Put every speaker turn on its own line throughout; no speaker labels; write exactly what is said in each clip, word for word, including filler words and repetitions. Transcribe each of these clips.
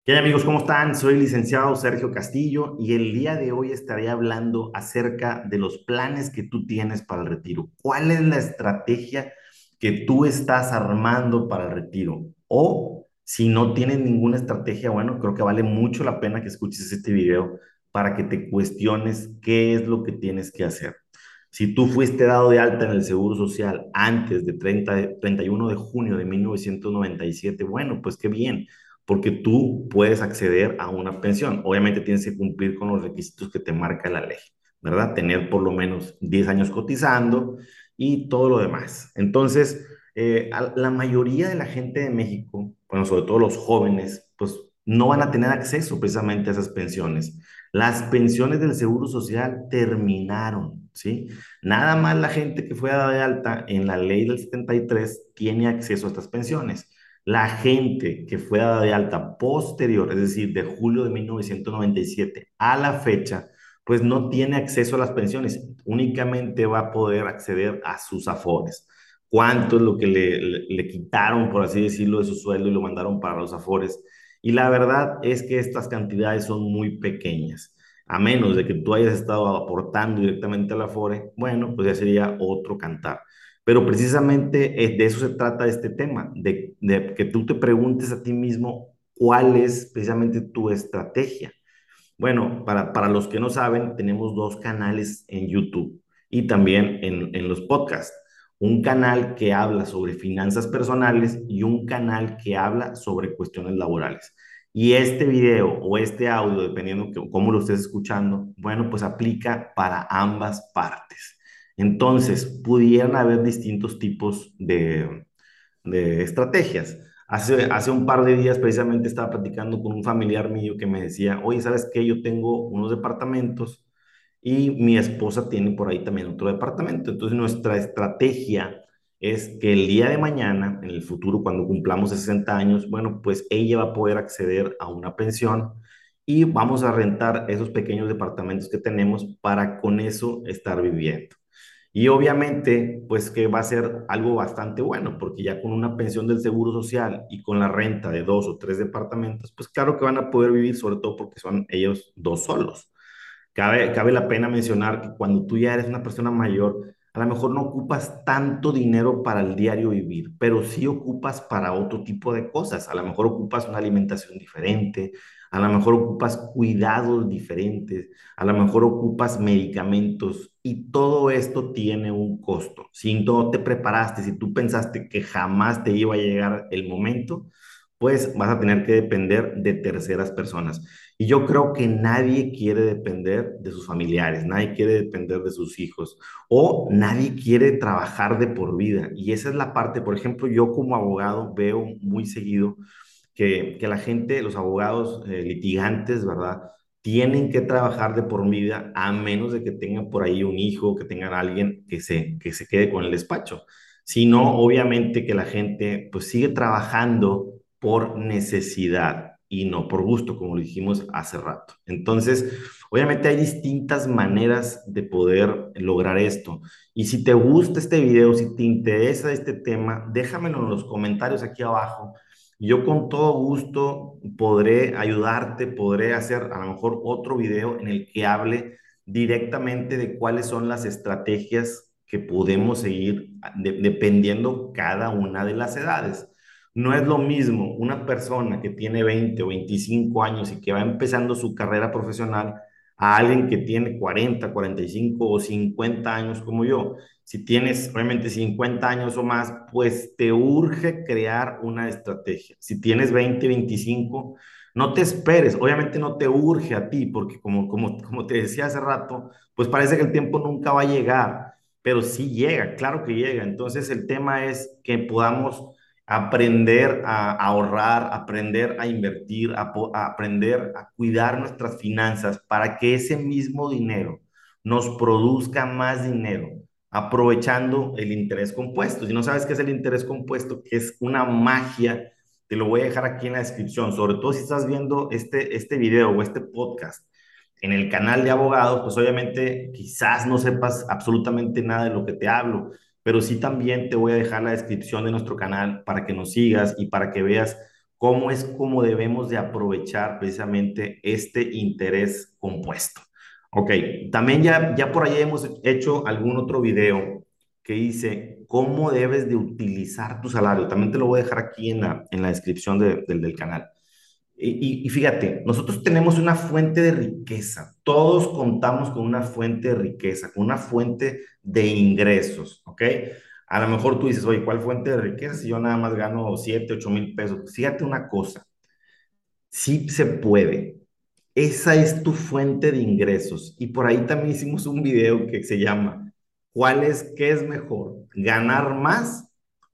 ¿Qué hay, amigos? ¿Cómo están? Soy el licenciado Sergio Castillo y el día de hoy estaré hablando acerca de los planes que tú tienes para el retiro. ¿Cuál es la estrategia que tú estás armando para el retiro? O si no tienes ninguna estrategia, bueno, creo que vale mucho la pena que escuches este video para que te cuestiones qué es lo que tienes que hacer. Si tú fuiste dado de alta en el Seguro Social antes de treinta de- treinta y uno de junio de mil novecientos noventa y siete, bueno, pues qué bien, porque tú puedes acceder a una pensión. Obviamente tienes que cumplir con los requisitos que te marca la ley, ¿verdad? Tener por lo menos diez años cotizando y todo lo demás. Entonces, eh, a- la mayoría de la gente de México, bueno, sobre todo los jóvenes, pues no van a tener acceso precisamente a esas pensiones. Las pensiones del Seguro Social terminaron, ¿sí? Nada más la gente que fue dada de alta en la ley del setenta y tres tiene acceso a estas pensiones. La gente que fue dada de alta posterior, es decir, de julio de mil novecientos noventa y siete a la fecha, pues no tiene acceso a las pensiones, únicamente va a poder acceder a sus afores. ¿Cuánto es lo que le, le, le quitaron, por así decirlo, de su sueldo y lo mandaron para los afores? Y la verdad es que estas cantidades son muy pequeñas. A menos de que tú hayas estado aportando directamente al Afore, bueno, pues ya sería otro cantar. Pero precisamente eh, de eso se trata este tema, de, de que tú te preguntes a ti mismo cuál es precisamente tu estrategia. Bueno, para, para los que no saben, tenemos dos canales en YouTube y también en, en los podcasts. Un canal que habla sobre finanzas personales y un canal que habla sobre cuestiones laborales. Y este video o este audio, dependiendo que, cómo lo estés escuchando, bueno, pues aplica para ambas partes. Entonces, pudieran haber distintos tipos de, de estrategias. Hace, hace un par de días precisamente estaba platicando con un familiar mío que me decía, oye, ¿sabes qué? Yo tengo unos departamentos y mi esposa tiene por ahí también otro departamento. Entonces nuestra estrategia es que el día de mañana, en el futuro, cuando cumplamos sesenta años, bueno, pues ella va a poder acceder a una pensión y vamos a rentar esos pequeños departamentos que tenemos para con eso estar viviendo. Y obviamente, pues que va a ser algo bastante bueno, porque ya con una pensión del Seguro Social y con la renta de dos o tres departamentos, pues claro que van a poder vivir, sobre todo porque son ellos dos solos. Cabe, cabe la pena mencionar que cuando tú ya eres una persona mayor, a lo mejor no ocupas tanto dinero para el diario vivir, pero sí ocupas para otro tipo de cosas. A lo mejor ocupas una alimentación diferente, a lo mejor ocupas cuidados diferentes, a lo mejor ocupas medicamentos y todo esto tiene un costo. Si no te preparaste, si tú pensaste que jamás te iba a llegar el momento, pues vas a tener que depender de terceras personas. Y yo creo que nadie quiere depender de sus familiares, nadie quiere depender de sus hijos o nadie quiere trabajar de por vida. Y esa es la parte, por ejemplo, yo como abogado veo muy seguido que, que la gente, los abogados eh, litigantes, ¿verdad? Tienen que trabajar de por vida a menos de que tengan por ahí un hijo, que tengan a alguien que se, que se quede con el despacho. Si no, obviamente que la gente pues sigue trabajando por necesidad y no por gusto, como lo dijimos hace rato. Entonces, obviamente hay distintas maneras de poder lograr esto. Y si te gusta este video, si te interesa este tema, déjamelo en los comentarios aquí abajo. Yo con todo gusto podré ayudarte, podré hacer a lo mejor otro video en el que hable directamente de cuáles son las estrategias que podemos seguir de- dependiendo cada una de las edades. No es lo mismo una persona que tiene veinte o veinticinco años y que va empezando su carrera profesional a alguien que tiene cuarenta, cuarenta y cinco o cincuenta años como yo. Si tienes obviamente cincuenta años o más, pues te urge crear una estrategia. Si tienes veinte, veinticinco, no te esperes. Obviamente no te urge a ti, porque como, como, como te decía hace rato, pues parece que el tiempo nunca va a llegar, pero sí llega, claro que llega. Entonces el tema es que podamos aprender a ahorrar, aprender a invertir, a, a aprender a cuidar nuestras finanzas para que ese mismo dinero nos produzca más dinero, aprovechando el interés compuesto. Si no sabes qué es el interés compuesto, que es una magia, te lo voy a dejar aquí en la descripción, sobre todo si estás viendo este, este video o este podcast en el canal de abogados, pues obviamente quizás no sepas absolutamente nada de lo que te hablo, pero sí también te voy a dejar la descripción de nuestro canal para que nos sigas y para que veas cómo es como debemos de aprovechar precisamente este interés compuesto. Ok, también ya, ya por ahí hemos hecho algún otro video que dice cómo debes de utilizar tu salario. También te lo voy a dejar aquí en la, en la descripción de- del del canal. Y, y fíjate, nosotros tenemos una fuente de riqueza, todos contamos con una fuente de riqueza, con una fuente de ingresos, ¿ok? A lo mejor tú dices, oye, ¿cuál fuente de riqueza si yo nada más gano siete, ocho mil pesos? Fíjate una cosa, sí se puede. Esa es tu fuente de ingresos. Y por ahí también hicimos un video que se llama, ¿cuál es, qué es mejor? ¿Ganar más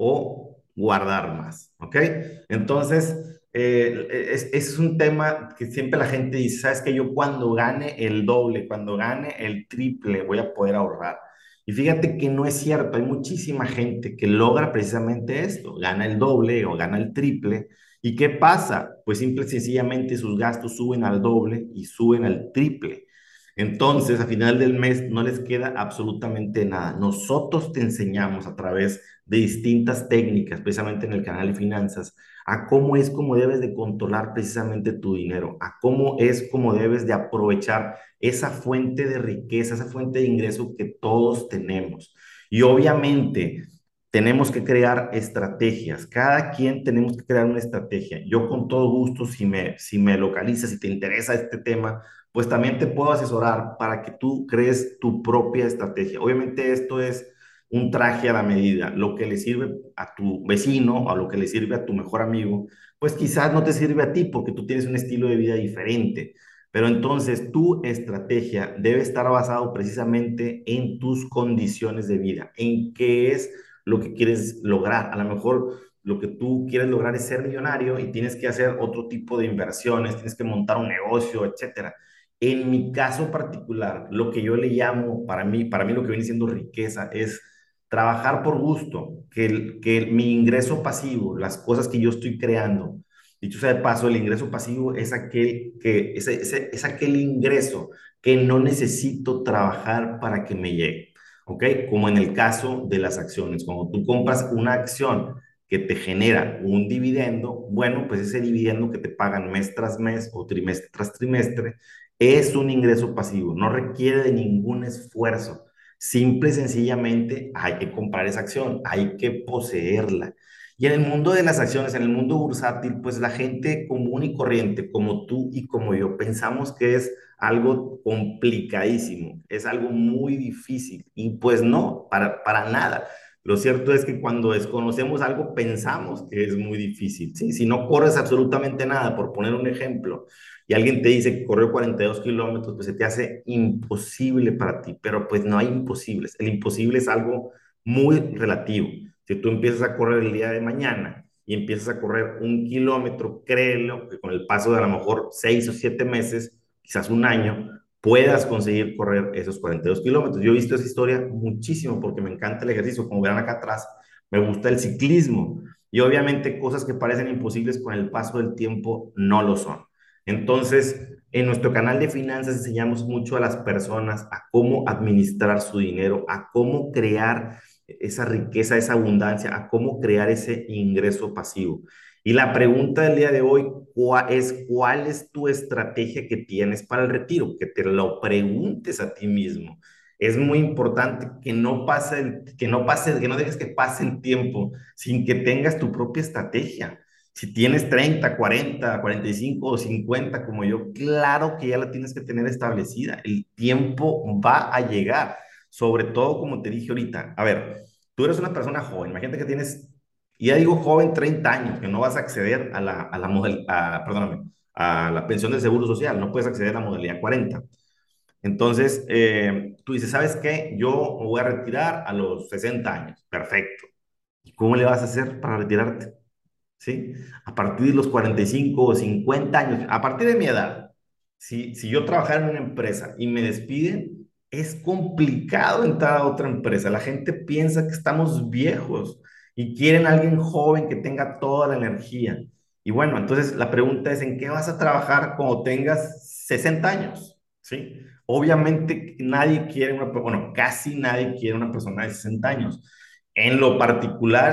o guardar más? ¿Ok? Entonces, eh, es, es un tema que siempre la gente dice, ¿sabes que yo cuando gane el doble, cuando gane el triple, voy a poder ahorrar? Y fíjate que no es cierto, hay muchísima gente que logra precisamente esto, gana el doble o gana el triple. ¿Y qué pasa? Pues simple y sencillamente sus gastos suben al doble y suben al triple. Entonces, a final del mes no les queda absolutamente nada. Nosotros te enseñamos a través de distintas técnicas, precisamente en el canal de finanzas, a cómo es como debes de controlar precisamente tu dinero, a cómo es como debes de aprovechar esa fuente de riqueza, esa fuente de ingreso que todos tenemos. Y obviamente tenemos que crear estrategias. Cada quien tenemos que crear una estrategia. Yo con todo gusto, si me, si me localizas, si te interesa este tema, pues también te puedo asesorar para que tú crees tu propia estrategia. Obviamente esto es un traje a la medida. Lo que le sirve a tu vecino o a lo que le sirve a tu mejor amigo, pues quizás no te sirve a ti porque tú tienes un estilo de vida diferente. Pero entonces tu estrategia debe estar basado precisamente en tus condiciones de vida, en qué es lo que quieres lograr. A lo mejor lo que tú quieres lograr es ser millonario y tienes que hacer otro tipo de inversiones, tienes que montar un negocio, etcétera. En mi caso particular, lo que yo le llamo, para mí, para mí lo que viene siendo riqueza es trabajar por gusto, que, el, que mi ingreso pasivo, las cosas que yo estoy creando, dicho sea de paso, el ingreso pasivo es aquel, que, es, es, es aquel ingreso que no necesito trabajar para que me llegue. ¿Ok? Como en el caso de las acciones. Cuando tú compras una acción que te genera un dividendo, bueno, pues ese dividendo que te pagan mes tras mes o trimestre tras trimestre es un ingreso pasivo, no requiere de ningún esfuerzo. Simple y sencillamente hay que comprar esa acción, hay que poseerla. Y en el mundo de las acciones, en el mundo bursátil, pues la gente común y corriente, como tú y como yo, pensamos que es algo complicadísimo, es algo muy difícil y pues no, para, para nada. Lo cierto es que cuando desconocemos algo pensamos que es muy difícil, ¿sí? Si no corres absolutamente nada, por poner un ejemplo, y alguien te dice que corrió cuarenta y dos kilómetros, pues se te hace imposible para ti, pero pues no hay imposibles. El imposible es algo muy relativo. Si tú empiezas a correr el día de mañana y empiezas a correr un kilómetro, créelo que con el paso de a lo mejor seis o siete meses, quizás un año, puedas conseguir correr esos cuarenta y dos kilómetros. Yo he visto esa historia muchísimo porque me encanta el ejercicio. Como verán acá atrás, me gusta el ciclismo. Y obviamente cosas que parecen imposibles con el paso del tiempo no lo son. Entonces, en nuestro canal de finanzas enseñamos mucho a las personas a cómo administrar su dinero, a cómo crear esa riqueza, esa abundancia, a cómo crear ese ingreso pasivo. Y la pregunta del día de hoy es, ¿cuál es tu estrategia que tienes para el retiro? Que te lo preguntes a ti mismo. Es muy importante que no pase, el, que no pase, que no dejes que pase el tiempo sin que tengas tu propia estrategia. Si tienes treinta, cuarenta, cuarenta y cinco o cincuenta como yo, claro que ya la tienes que tener establecida. El tiempo va a llegar. Sobre todo, como te dije ahorita, a ver, tú eres una persona joven, imagínate que tienes, y ya digo joven, treinta años, que no vas a acceder a la, a la model, a, perdóname, a la pensión del Seguro Social, no puedes acceder a la modalidad cuarenta. Entonces, eh, tú dices, ¿sabes qué? Yo me voy a retirar a los sesenta años. Perfecto. ¿Y cómo le vas a hacer para retirarte? ¿Sí? A partir de los cuarenta y cinco o cincuenta años, a partir de mi edad, si, si yo trabajara en una empresa y me despiden, es complicado entrar a otra empresa. La gente piensa que estamos viejos y quieren a alguien joven que tenga toda la energía. Y bueno, entonces la pregunta es, ¿en qué vas a trabajar cuando tengas sesenta años? ¿Sí? Obviamente nadie quiere una, bueno, casi nadie quiere una persona de sesenta años. En lo particular,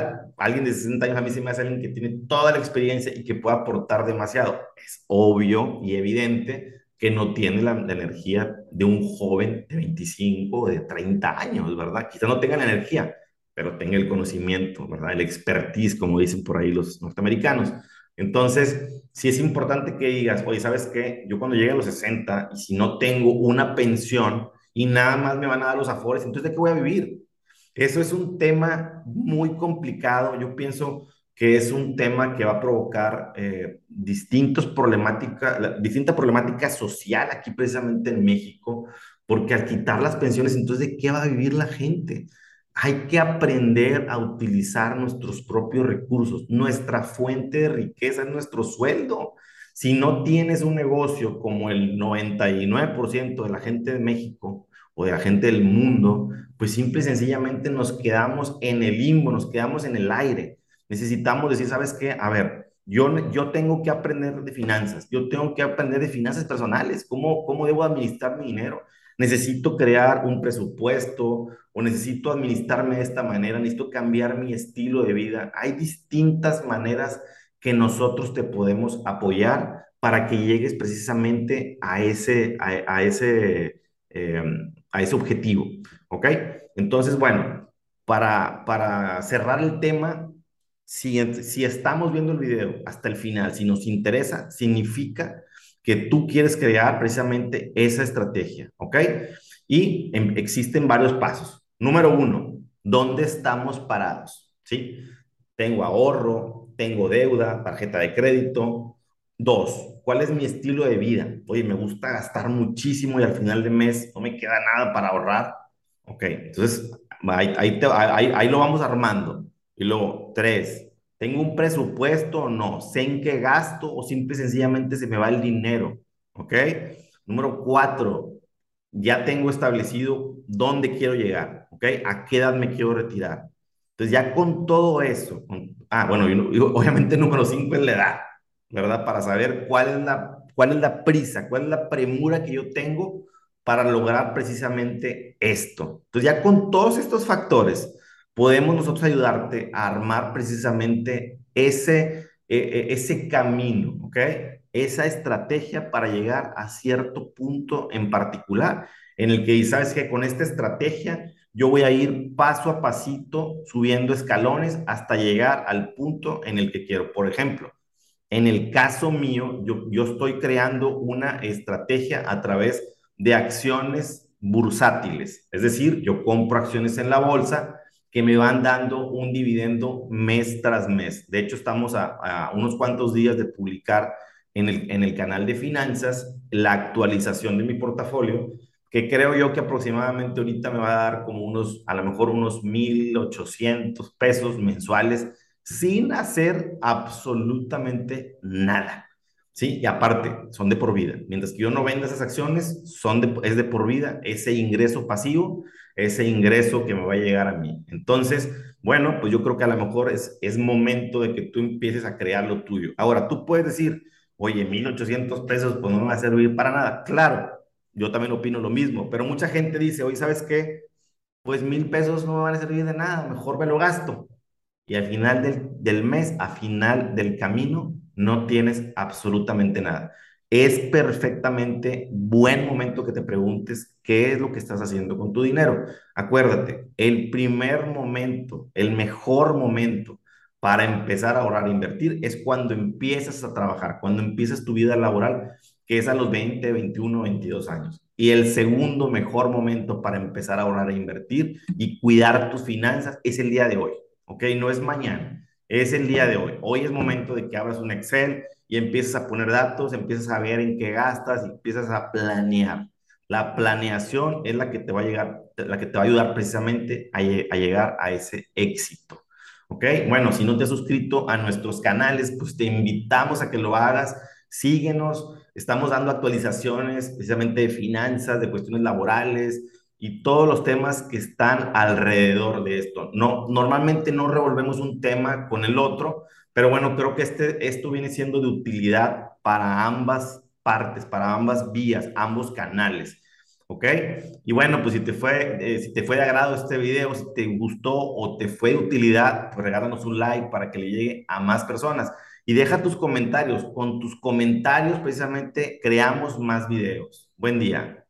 alguien de sesenta años a mí se me hace alguien que tiene toda la experiencia y que puede aportar demasiado. Es obvio y evidente que no tiene la, la energía de un joven de veinticinco o de treinta años, ¿verdad? Quizá no tenga la energía, pero tenga el conocimiento, ¿verdad? El expertise, como dicen por ahí los norteamericanos. Entonces, sí es importante que digas, oye, ¿sabes qué? Yo cuando llegue a los sesenta y si no tengo una pensión y nada más me van a dar los afores, entonces ¿de qué voy a vivir? Eso es un tema muy complicado. Yo pienso que es un tema que va a provocar eh, distintos problemática, la- distinta problemática social aquí precisamente en México, porque al quitar las pensiones, entonces ¿de qué va a vivir la gente? Hay que aprender a utilizar nuestros propios recursos. Nuestra fuente de riqueza es nuestro sueldo. Si no tienes un negocio como el noventa y nueve por ciento de la gente de México o de la gente del mundo, pues simple y sencillamente nos quedamos en el limbo, nos quedamos en el aire. Necesitamos decir, ¿sabes qué? A ver, yo, yo tengo que aprender de finanzas, yo tengo que aprender de finanzas personales, cómo, cómo debo administrar mi dinero. Necesito crear un presupuesto o necesito administrarme de esta manera, necesito cambiar mi estilo de vida. Hay distintas maneras que nosotros te podemos apoyar para que llegues precisamente a ese, a, a ese, eh, a ese objetivo. ¿Ok? Entonces, bueno, para, para cerrar el tema, si, si estamos viendo el video hasta el final, si nos interesa, significa que tú quieres crear precisamente esa estrategia, ¿ok? Y em, existen varios pasos. Número uno, ¿dónde estamos parados? ¿Sí? Tengo ahorro, tengo deuda, tarjeta de crédito. Dos, ¿cuál es mi estilo de vida? Oye, me gusta gastar muchísimo y al final de mes no me queda nada para ahorrar. Ok, entonces ahí, ahí, te- ahí, ahí lo vamos armando. Y luego, tres, ¿tengo un presupuesto o no? ¿Sé en qué gasto o simple y sencillamente se me va el dinero? Ok. Número cuatro, ya tengo establecido dónde quiero llegar. Ok, ¿a qué edad me quiero retirar? Entonces, ya con todo eso, con- ah, bueno, y, y obviamente número cinco es la edad, ¿verdad? Para saber cuál es la, cuál es la prisa, cuál es la premura que yo tengo para lograr precisamente esto. Entonces, ya con todos estos factores, podemos nosotros ayudarte a armar precisamente ese, eh, eh, ese camino, ¿ok? Esa estrategia para llegar a cierto punto en particular, en el que sabes que con esta estrategia yo voy a ir paso a pasito subiendo escalones hasta llegar al punto en el que quiero. Por ejemplo, en el caso mío, yo, yo estoy creando una estrategia a través de acciones bursátiles. Es decir, yo compro acciones en la bolsa que me van dando un dividendo mes tras mes. De hecho, estamos a, a unos cuantos días de publicar en el, en el canal de finanzas la actualización de mi portafolio, que creo yo que aproximadamente ahorita me va a dar como unos, a lo mejor unos mil ochocientos pesos mensuales sin hacer absolutamente nada. ¿Sí? Y aparte, son de por vida. Mientras que yo no venda esas acciones, son de, es de por vida ese ingreso pasivo, ese ingreso que me va a llegar a mí. Entonces, bueno, pues yo creo que a lo mejor es, es momento de que tú empieces a crear lo tuyo. Ahora, tú puedes decir, oye, mil ochocientos pesos, pues no me va a servir para nada. Claro, yo también opino lo mismo, pero mucha gente dice, oye, ¿sabes qué? Pues mil pesos no me van a servir de nada, mejor me lo gasto y al final del, del mes, a final del camino, no tienes absolutamente nada. Es perfectamente buen momento que te preguntes qué es lo que estás haciendo con tu dinero. Acuérdate, el primer momento, el mejor momento para empezar a ahorrar e invertir es cuando empiezas a trabajar, cuando empiezas tu vida laboral, que es a los veinte, veintiuno, veintidós años. Y el segundo mejor momento para empezar a ahorrar e invertir y cuidar tus finanzas es el día de hoy. ¿Ok? No es mañana, es el día de hoy. Hoy es momento de que abras un Excel y empieces a poner datos, empiezas a ver en qué gastas y empiezas a planear. La planeación es la que te va a llegar, la que te va a ayudar precisamente a, a llegar a ese éxito. ¿Ok? Bueno, si no te has suscrito a nuestros canales, pues te invitamos a que lo hagas. Síguenos, estamos dando actualizaciones precisamente de finanzas, de cuestiones laborales, y todos los temas que están alrededor de esto. No, normalmente no revolvemos un tema con el otro, pero bueno, creo que este, esto viene siendo de utilidad para ambas partes, para ambas vías, ambos canales. ¿Ok? Y bueno, pues si te fue, eh, si te fue de agrado este video, si te gustó o te fue de utilidad, pues regálanos un like para que le llegue a más personas. Y deja tus comentarios. Con tus comentarios precisamente creamos más videos. Buen día.